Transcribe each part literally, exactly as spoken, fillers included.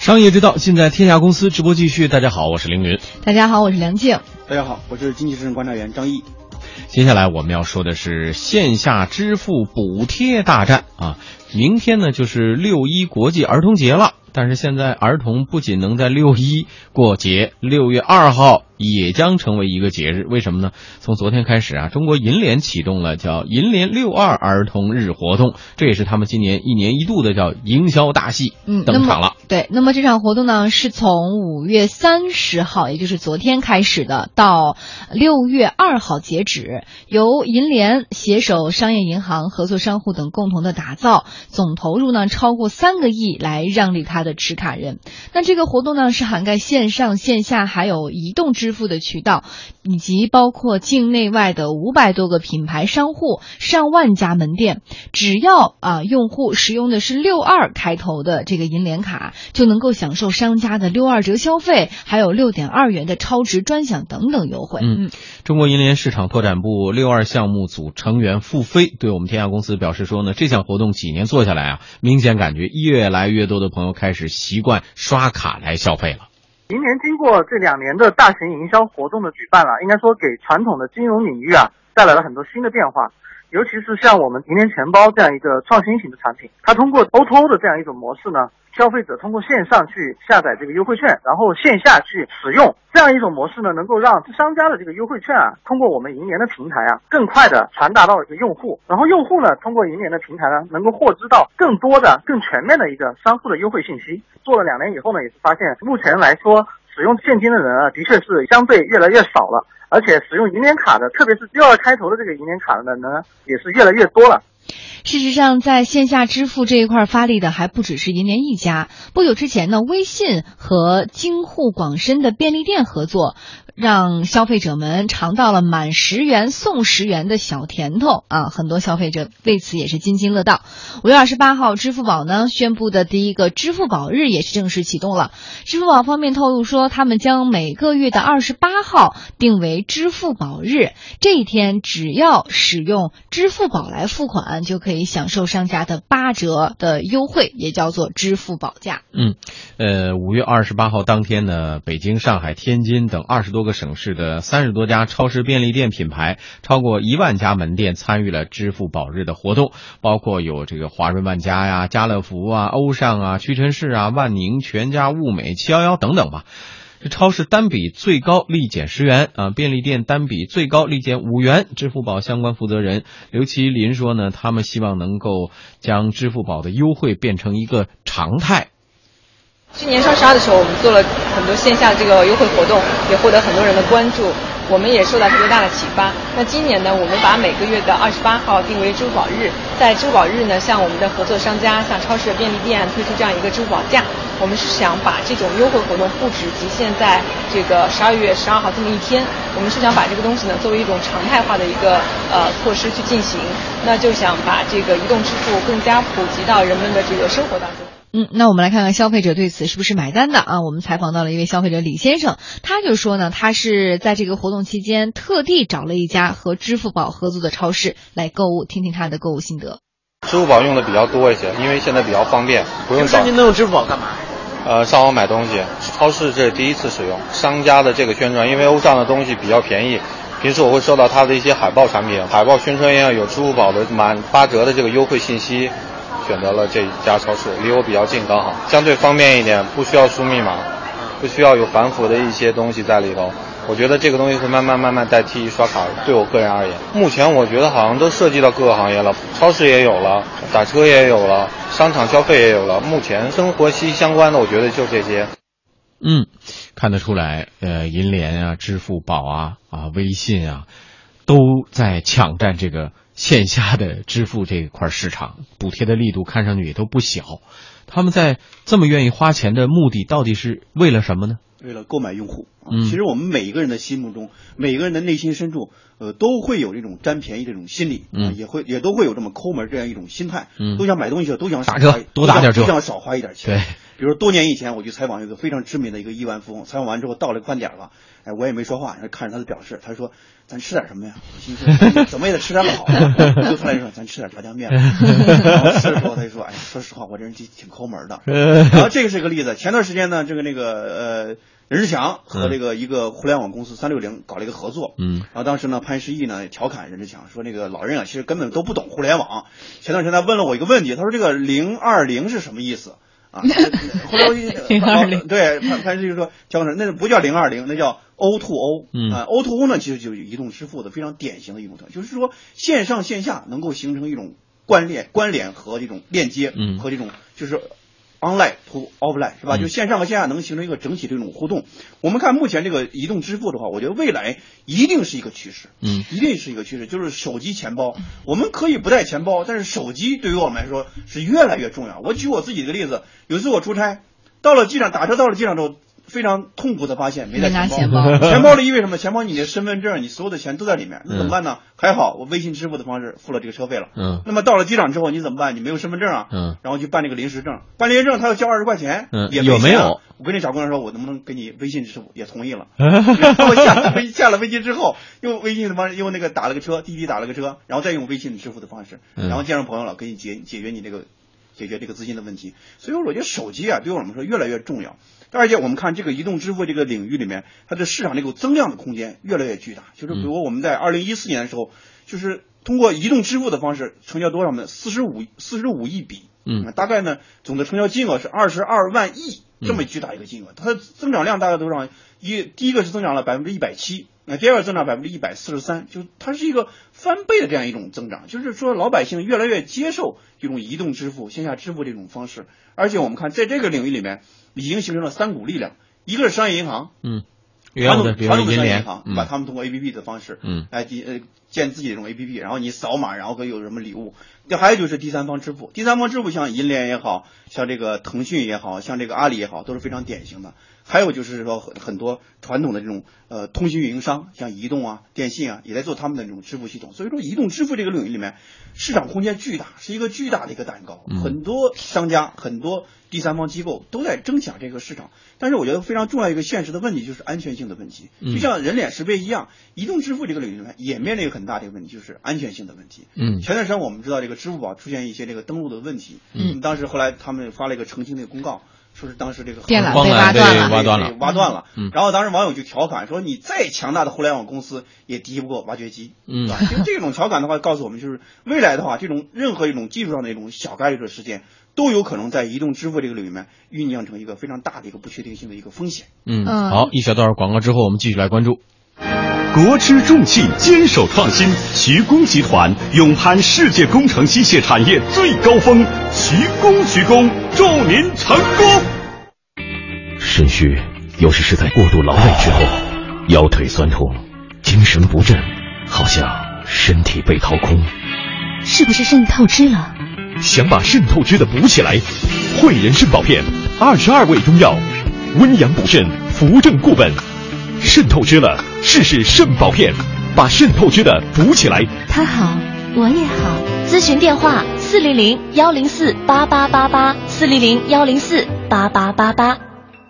商业之道，尽在天下公司。直播继续。大家好，我是凌云。 大家好，我是梁静。 大家好，我是经济之声观察员张毅。 接下来我们要说的是线下支付补贴大战啊！明天呢就是六一国际儿童节了，但是现在儿童不仅能在六一过节，六月二号也将成为一个节日。为什么呢？从昨天开始啊，中国银联启动了叫银联六二儿童日活动，这也是他们今年一年一度的叫营销大戏登场了。 嗯、对，那么这场活动呢是从五月三十号，也就是昨天开始的，到六月二号截止，由银联携手商业银行、合作商户等共同的打造，总投入呢超过三个亿来让利他的持卡人。那这个活动呢是涵盖线上、线下还有移动支付的渠道，以及包括境内外的五百多个品牌商户、上万家门店。只要啊用户使用的是六二开头的这个银联卡，就能够享受商家的六二折消费，还有六点二元的超值专享等等优惠。 嗯，中国银联市场拓展部六二项目组成员付飞对我们天下公司表示说呢，这项活动几年做下来啊，明显感觉越来越多的朋友开始习惯刷卡来消费了。 银联经过这两年的大型营销活动的举办了，应该说给传统的金融领域啊带来了很多新的变化。尤其是像我们银联钱包这样一个创新型的产品，它通过 O to O 的这样一种模式呢，消费者通过线上去下载这个优惠券，然后线下去使用，这样一种模式呢，能够让商家的这个优惠券啊，通过我们银联的平台啊，更快的传达到这个用户，然后用户呢，通过银联的平台呢，能够获知到更多的、更全面的一个商户的优惠信息。做了两年以后呢，也是发现目前来说，使用现金的人啊，的确是相对越来越少了。而且使用银联卡的，特别是六二开头的这个银联卡的呢，也是越来越多了。 事实上，在线下支付这一块发力的还不只是银联一家。不久之前呢，微信和京沪广深的便利店合作，让消费者们尝到了满十元送十元的小甜头啊！很多消费者为此也是津津乐道。五月二十八号，支付宝呢宣布的第一个支付宝日也是正式启动了。支付宝方面透露说，他们将每个月的二十八号定为支付宝日，这一天只要使用支付宝来付款，就可以享受商家的八折的优惠，也叫做支付宝价。 嗯，呃，五月二十八号当天呢，北京、上海、天津等二十多个省市的三十多家超市便利店品牌，超过一万家门店参与了支付宝日的活动，包括有这个华润万家呀、家乐福啊、欧尚啊、屈臣氏啊、万宁、全家、物美、七幺幺等等吧。这超市单笔最高立减十元啊，便利店单笔最高立减五元。支付宝相关负责人刘麒麟说呢，他们希望能够将支付宝的优惠变成一个常态。 去年双十二的时候，我们做了很多线下的这个优惠活动，也获得很多人的关注，我们也受到特别大的启发。那今年呢，我们把每个月的二十八号定为支付宝日，在支付宝日呢，向我们的合作商家，像超市、便利店推出这样一个支付宝价。我们是想把这种优惠活动不只局限在这个十二月十二号这么一天，我们是想把这个东西呢作为一种常态化的一个呃措施去进行，那就想把这个移动支付更加普及到人们的这个生活当中。 嗯，那我们来看看消费者对此是不是买单的啊？我们采访到了一位消费者李先生，他就说呢，他是在这个活动期间特地找了一家和支付宝合作的超市来购物，听听他的购物心得。 支付宝用的比较多一些，因为现在比较方便，不用找。 您能用支付宝干嘛？ 呃，上网买东西，超市这是第一次使用。商家的这个宣传，因为欧尚的东西比较便宜，平时我会收到他的一些海报产品，海报宣传也要有支付宝的满八折的这个优惠信息。选择了这家超市，离我比较近，刚好相对方便一点，不需要输密码，不需要有繁复的一些东西在里头。我觉得这个东西会慢慢慢慢代替刷卡，对我个人而言，目前我觉得好像都涉及到各个行业了，超市也有了，打车也有了，商场消费也有了，目前生活息息相关的，我觉得就这些。 嗯，看得出来，呃，银联啊、支付宝啊、啊微信啊，都在抢占这个线下的支付这一块市场，补贴的力度看上去也都不小。他们在这么愿意花钱的目的到底是为了什么呢？ 为了购买用户。 嗯， 其实我们每一个人的心目中，每个人的内心深处，呃，都会有这种占便宜这种心理， 嗯， 也会也都会有这么抠门这样一种心态， 嗯， 都想买东西，都想打折，多打点折， 都想少花一点钱。 对。 比如多年以前我去采访一个非常知名的一个亿万富翁，采访完之后到了饭点了，哎，我也没说话，看着他的表示，他说咱吃点什么呀？我心说怎么也得吃点好的，就后来说咱吃点炸酱面。然后吃的时候他就说，哎，说实话我这人挺抠门的。然后这个是个例子，前段时间呢，这个那个呃。任志强和这个一个互联网公司三六零搞了一个合作，嗯，然后当时呢，潘石屹呢调侃任志强说，那个老任啊，其实根本都不懂互联网。前段时间他问了我一个问题，他说这个零二零是什么意思啊？后来我零二零对潘潘石屹说，调侃那不叫零二零，那叫 O to O， 嗯啊 ，O to O 呢其实就是移动支付的非常典型的一种特征，就是说线上线下能够形成一种关联、关联和这种链接，嗯，和这种就是。online to offline 是吧？就线上和线下能形成一个整体的这种互动。我们看目前这个移动支付的话，我觉得未来一定是一个趋势，嗯，一定是一个趋势，就是手机钱包。我们可以不带钱包，但是手机对于我们来说是越来越重要。我举我自己的例子，有一次我出差，到了机场打车到了机场之后。非常痛苦的发现没带钱包，钱包钱包里意味什么？钱包你的身份证，你所有的钱都在里面，那怎么办呢？还好我微信支付的方式付了这个车费了。嗯。那么到了机场之后你怎么办？你没有身份证啊。嗯。然后去办这个临时证，办临时证他要交二十块钱。嗯。也有没有？ 我跟那小姑娘说，我能不能给你微信支付？也同意了。然后下了飞下了飞机之后，用微信的方式，用那个打了个车，滴滴打了个车，然后再用微信支付的方式，然后见上朋友了，给你解解决你这个解决这个资金的问题。所以我觉得手机啊，对我们说越来越重要。而且我们看这个移动支付这个领域里面，它的市场这个增量的空间越来越巨大。就是比如我们在二零一四年的时候，就是通过移动支付的方式成交多少呢？四十五四十五亿笔，嗯，大概呢总的成交金额是二十二万亿，这么巨大一个金额。它的增长量大概多少？一第一个是增长了百分之一百七，那第二个增长百分之一百四十三，就它是一个翻倍的这样一种增长。就是说老百姓越来越接受这种移动支付、线下支付这种方式，而且我们看在这个领域里面。已经形成了三股力量，一个是商业银行，嗯，传统传统的商业银行，把他们通过 A P P 的方式，嗯，来呃建自己这种 A P P， 然后你扫码，然后可以有什么礼物。这还有就是第三方支付，第三方支付像银联也好，像这个腾讯也好，像这个阿里也好，都是非常典型的。还有就是说很很多传统的这种呃通信运营商，像移动啊、电信啊，也在做他们的这种支付系统。所以说，移动支付这个领域里面，市场空间巨大，是一个巨大的一个蛋糕。嗯、很多商家、很多第三方机构都在争抢这个市场。但是我觉得非常重要一个现实的问题就是安全性的问题。就像人脸识别一样，移动支付这个领域里面也面临一个很大的一个问题，就是安全性的问题。嗯，前段时间我们知道这个支付宝出现一些这个登录的问题。嗯，当时后来他们发了一个澄清的公告。说是当时这个电缆被挖断了， 挖断了， 挖断了。嗯，然后当时网友就调侃说：“你再强大的互联网公司也敌不过挖掘机。”嗯，其实这种调侃的话，告诉我们就是未来的话，这种任何一种技术上的一种小概率的事件，都有可能在移动支付这个领域里面酝酿成一个非常大的一个不确定性的一个风险。 嗯，好，一小段广告之后，我们继续来关注。 国之重器，坚守创新。徐工集团勇攀世界工程机械产业最高峰，徐工徐工，祝您成功。肾虚有时是在过度劳累之后，腰腿酸痛，精神不振，好像身体被掏空。 是不是肾透支了？ 想把肾透支的补起来，汇仁肾宝片，二十二味中药，温阳补肾，扶正固本。肾透支了，试试肾宝片，把肾透支的补起来。 他好，我也好。咨询电话：四零零幺零四八八八八，四零零幺零四八八八八。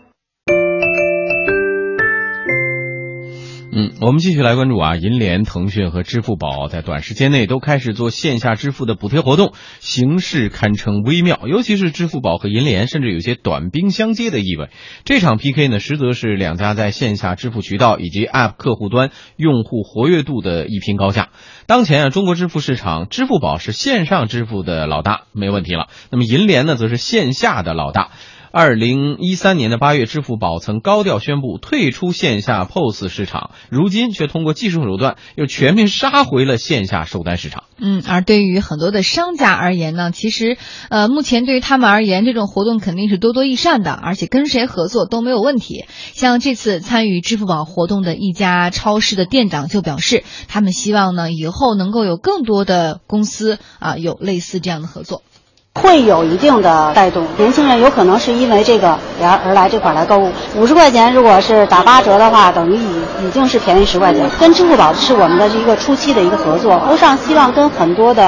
嗯，我们继续来关注啊，银联、腾讯和支付宝在短时间内都开始做线下支付的补贴活动，形势堪称微妙。尤其是支付宝和银联，甚至有些短兵相接的意味。这场 P K 呢，实则是两家在线下支付渠道以及 App 客户端用户活跃度的一拼高下。当前啊，中国支付市场，支付宝是线上支付的老大，没问题了。那么银联呢，则是线下的老大。二零一三年的八月，支付宝曾高调宣布退出线下 P O S 市场，如今却通过技术手段又全面杀回了线下收单市场。 嗯，而对于很多的商家而言呢，其实呃，目前对于他们而言，这种活动肯定是多多益善的，而且跟谁合作都没有问题。像这次参与支付宝活动的一家超市的店长就表示，他们希望呢，以后能够有更多的公司啊、呃，有类似这样的合作。 会有一定的带动，年轻人有可能是因为这个而而来这块来购物。五十块钱如果是打八折的话，等于已已经是便宜十块钱。跟支付宝是我们的一个初期的一个合作，欧尚希望跟很多的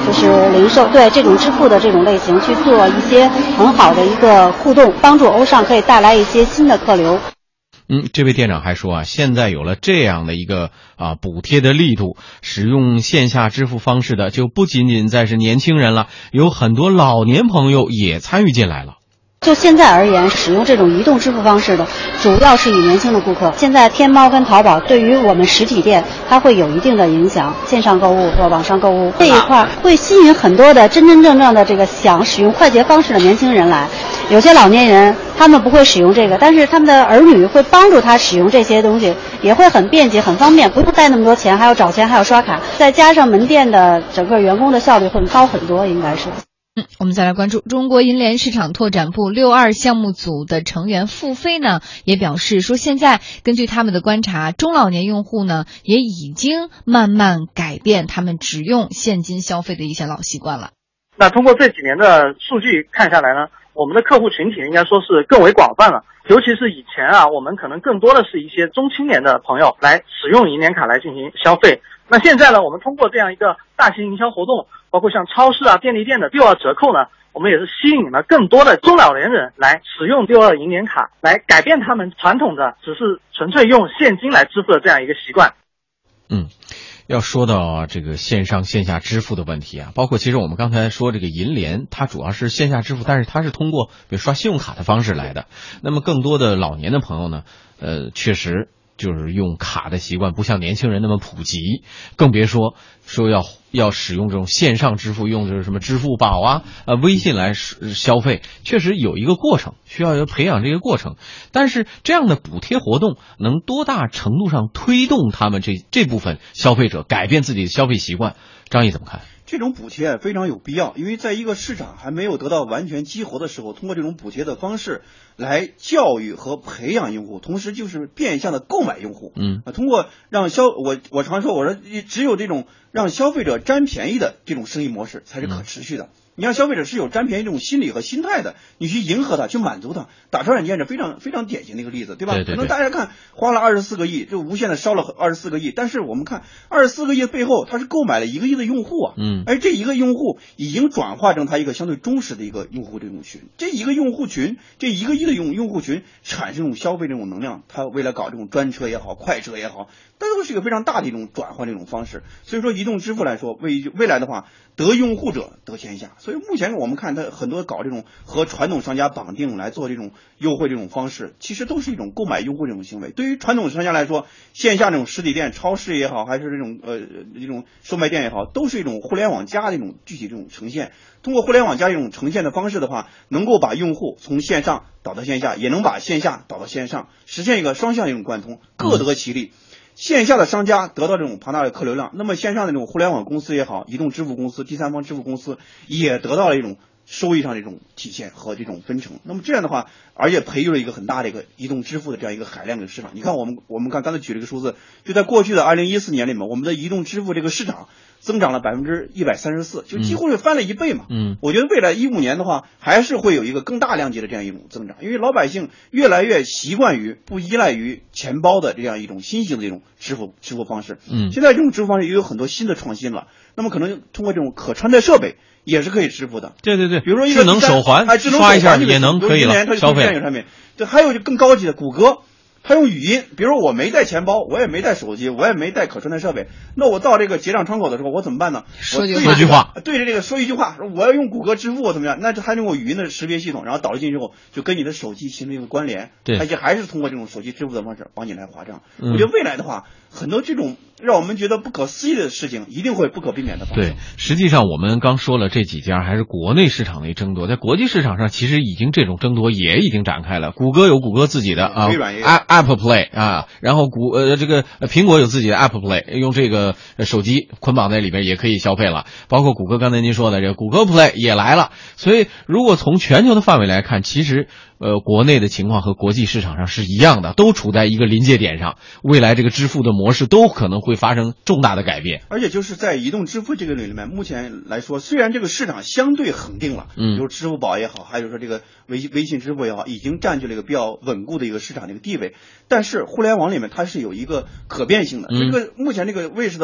就是零售对这种支付的这种类型去做一些很好的一个互动，帮助欧尚可以带来一些新的客流。 嗯，这位店长还说啊，现在有了这样的一个啊补贴的力度，使用线下支付方式的就不仅仅再是年轻人了，有很多老年朋友也参与进来了。 就现在而言，使用这种移动支付方式的，主要是以年轻的顾客。现在天猫跟淘宝对于我们实体店，它会有一定的影响。线上购物或网上购物这一块会吸引很多的真真正正的这个想使用快捷方式的年轻人来。有些老年人他们不会使用这个，但是他们的儿女会帮助他使用这些东西，也会很便捷、很方便，不用带那么多钱，还要找钱，还要刷卡。再加上门店的整个员工的效率会高很多，应该是。 嗯，我们再来关注中国银联市场拓展部六二项目组的成员付飞呢，也表示说，现在根据他们的观察，中老年用户呢也已经慢慢改变他们只用现金消费的一些老习惯了。 那通过这几年的数据看下来呢，我们的客户群体应该说是更为广泛了。尤其是以前啊，我们可能更多的是一些中青年的朋友来使用银联卡来进行消费。那现在呢，我们通过这样一个大型营销活动，包括像超市啊、便利店的六二折扣呢，我们也是吸引了更多的中老年人来使用六二银联卡，来改变他们传统的只是纯粹用现金来支付的这样一个习惯。 嗯。要说到这个线上线下支付的问题啊，包括其实我们刚才说这个银联，它主要是线下支付，但是它是通过比如刷信用卡的方式来的。那么更多的老年的朋友呢，呃，确实就是用卡的习惯不像年轻人那么普及，更别说说要要使用这种线上支付，用就是什么支付宝啊、呃微信来消费，确实有一个过程，需要培养这个过程。但是这样的补贴活动能多大程度上推动他们这这部分消费者改变自己的消费习惯？张毅怎么看？ 这种补贴非常有必要，因为在一个市场还没有得到完全激活的时候，通过这种补贴的方式来教育和培养用户，同时就是变相的购买用户。 嗯， 通过让消我我常说，我说只有这种让消费者占便宜的这种生意模式才是可持续的。嗯，你让消费者是有占便宜这种心理和心态的，你去迎合他，去满足他。打车软件是非常非常典型的一个例子，对吧？ 对对对， 可能大家看花了二十四个亿，就无限的烧了二十四个亿，但是我们看二十四个亿背后，他是购买了一个亿的用户啊， 嗯， 而这一个用户已经转化成他一个相对忠实的一个用户这种群，这一个用户群，这一个亿的用用户群产生这种消费这种能量，他为了搞这种专车也好，快车也好，它都是一个非常大的一种转换这种方式。所以说，移动支付来说，为未来的话，得用户者得天下。所以目前我们看它很多搞这种和传统商家绑定来做这种优惠这种方式，其实都是一种购买用户这种行为。对于传统商家来说，线下这种实体店、超市也好，还是这种呃这种售卖店也好，都是一种互联网加的一种具体这种呈现。通过互联网加这种呈现的方式的话，能够把用户从线上导到线下，也能把线下导到线上，实现一个双向的一种贯通，各得其利。线下的商家得到这种庞大的客流量，那么线上的这种互联网公司也好，移动支付公司、第三方支付公司也得到了一种收益上这种体现和这种分成。那么这样的话，而且培育了一个很大的一个移动支付的这样一个海量的市场。你看我们我们刚刚才举了一个数字，就在过去的二零一四年里面，我们的移动支付这个市场增长了百分之一百三十四，就几乎是翻了一倍嘛。 嗯， 我觉得未来一五年的话，还是会有一个更大量级的这样一种增长，因为老百姓越来越习惯于不依赖于钱包的这样一种新型的这种支付支付方式。 嗯， 现在这种支付方式也有很多新的创新了，那么可能通过这种可穿戴设备也是可以支付的。 对对对， 比如说一个智能手环， 哎，智能刷一下也能可以了，消费。 产品，这还有就更高级的谷歌。他用语音，比如说我没带钱包，我也没带手机，我也没带可穿戴设备，那我到这个结账窗口的时候，我怎么办呢？ 说句说句话， 对着这个说一句话，说我要用谷歌支付，我怎么样？那它用过语音的识别系统，然后导入进去之后，就跟你的手机形成一个关联， 对， 而且还是通过这种手机支付的方式帮你来划账。 嗯、 我觉得未来的话，很多这种让我们觉得不可思议的事情，一定会不可避免的发生。 对，实际上我们刚说了这几家还是国内市场的争夺，在国际市场上其实已经这种争夺也已经展开了。谷歌有谷歌自己的啊 ，App Play 啊。啊，然后谷呃这个苹果有自己的 App Play， 用这个手机捆绑在里边也可以消费了。包括谷歌刚才您说的这个谷歌 Play 也来了。所以如果从全球的范围来看，其实呃国内的情况和国际市场上是一样的，都处在一个临界点上。未来这个支付的模式都可能会发生重大的改变。 而且就是在移动支付这个领域里面，目前来说，虽然这个市场相对恒定了， 嗯， 比如支付宝也好，还有说这个微微信支付也好，已经占据了一个比较稳固的一个市场的一个地位。但是互联网里面它是有一个可变性的， 嗯、 这个目前这个位置的话，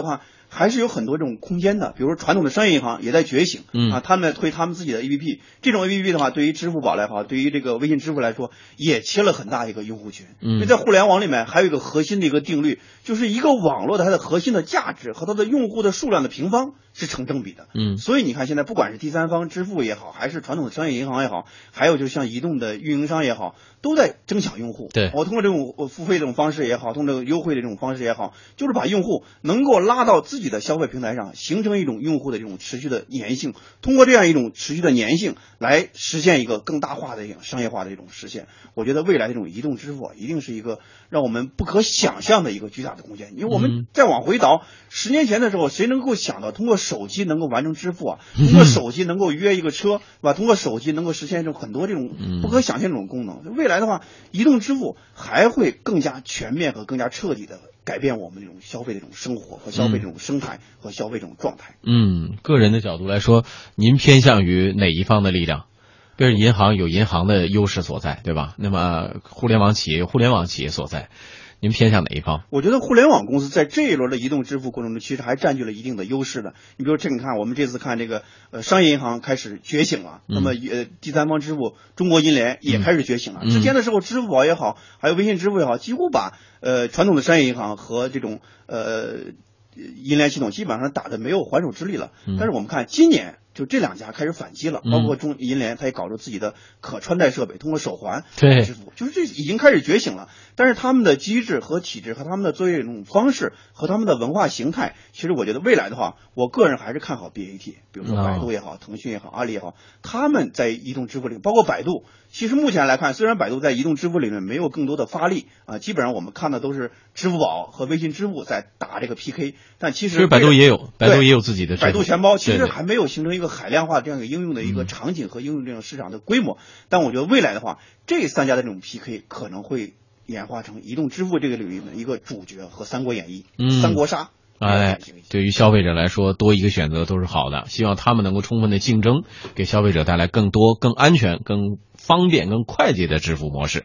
还是有很多这种空间的。比如说传统的商业银行也在觉醒， 嗯啊，他们在推他们自己的 A P P， 这种 A P P 的话，对于支付宝来好，对于这个微信支付来说，也切了很大一个用户群。 嗯， 因为在互联网里面还有一个核心的一个定律，就是一个网络的它的核心的价值和它的用户的数量的平方是成正比的。 嗯， 所以你看现在不管是第三方支付也好，还是传统的商业银行也好，还有就是像移动的运营商也好，都在争抢用户。 对， 我通过这种付费这种方式也好，通过这种优惠的这种方式也好，就是把用户能够拉到自己的消费平台上，形成一种用户的这种持续的粘性。通过这样一种持续的粘性，来实现一个更大化的一种商业化的一种实现。我觉得未来这种移动支付啊，一定是一个让我们不可想象的一个巨大的空间。因为我们再往回倒，十年前的时候，谁能够想到通过手机能够完成支付啊？通过手机能够约一个车，是吧？通过手机能够实现这种很多这种不可想象这种功能。未来的话，移动支付还会更加全面和更加彻底的改变我们这种消费的这种生活和消费这种生态和消费这种状态。 嗯，个人的角度来说，您偏向于哪一方的力量？比如银行有银行的优势所在，对吧？那么互联网企业有互联网企业所在，您偏向哪一方？ 我觉得互联网公司在这一轮的移动支付过程中，其实还占据了一定的优势的。你比如这，你看我们这次看这个呃商业银行开始觉醒了， 嗯、 那么呃第三方支付中国银联也开始觉醒了。 嗯、 之前的时候，支付宝也好，还有微信支付也好，几乎把呃传统的商业银行和这种呃银联系统基本上打的没有还手之力了。 嗯、 但是我们看今年，就这两家开始反击了，包括中银联，它也搞出自己的可穿戴设备，通过手环支付，就是这已经开始觉醒了。但是他们的机制和体制和他们的作业这种方式和他们的文化形态，其实我觉得未来的话，我个人还是看好 B A T， 比如说百度也好，腾讯也好，阿里也好，他们在移动支付里，包括百度。其实目前来看，虽然百度在移动支付里面没有更多的发力啊，基本上我们看的都是支付宝和微信支付在打这个 P K， 但其实其实百度也有，百度也有自己的百度钱包，其实还没有形成一个海量化这样一个应用的一个场景和应用这种市场的规模。但我觉得未来的话，这三家的这种 P K 可能会演化成移动支付这个领域的一个主角和三国演义、 嗯、 三国杀。 哎，对于消费者来说，多一个选择都是好的。希望他们能够充分的竞争，给消费者带来更多、更安全、更方便、更快捷的支付模式。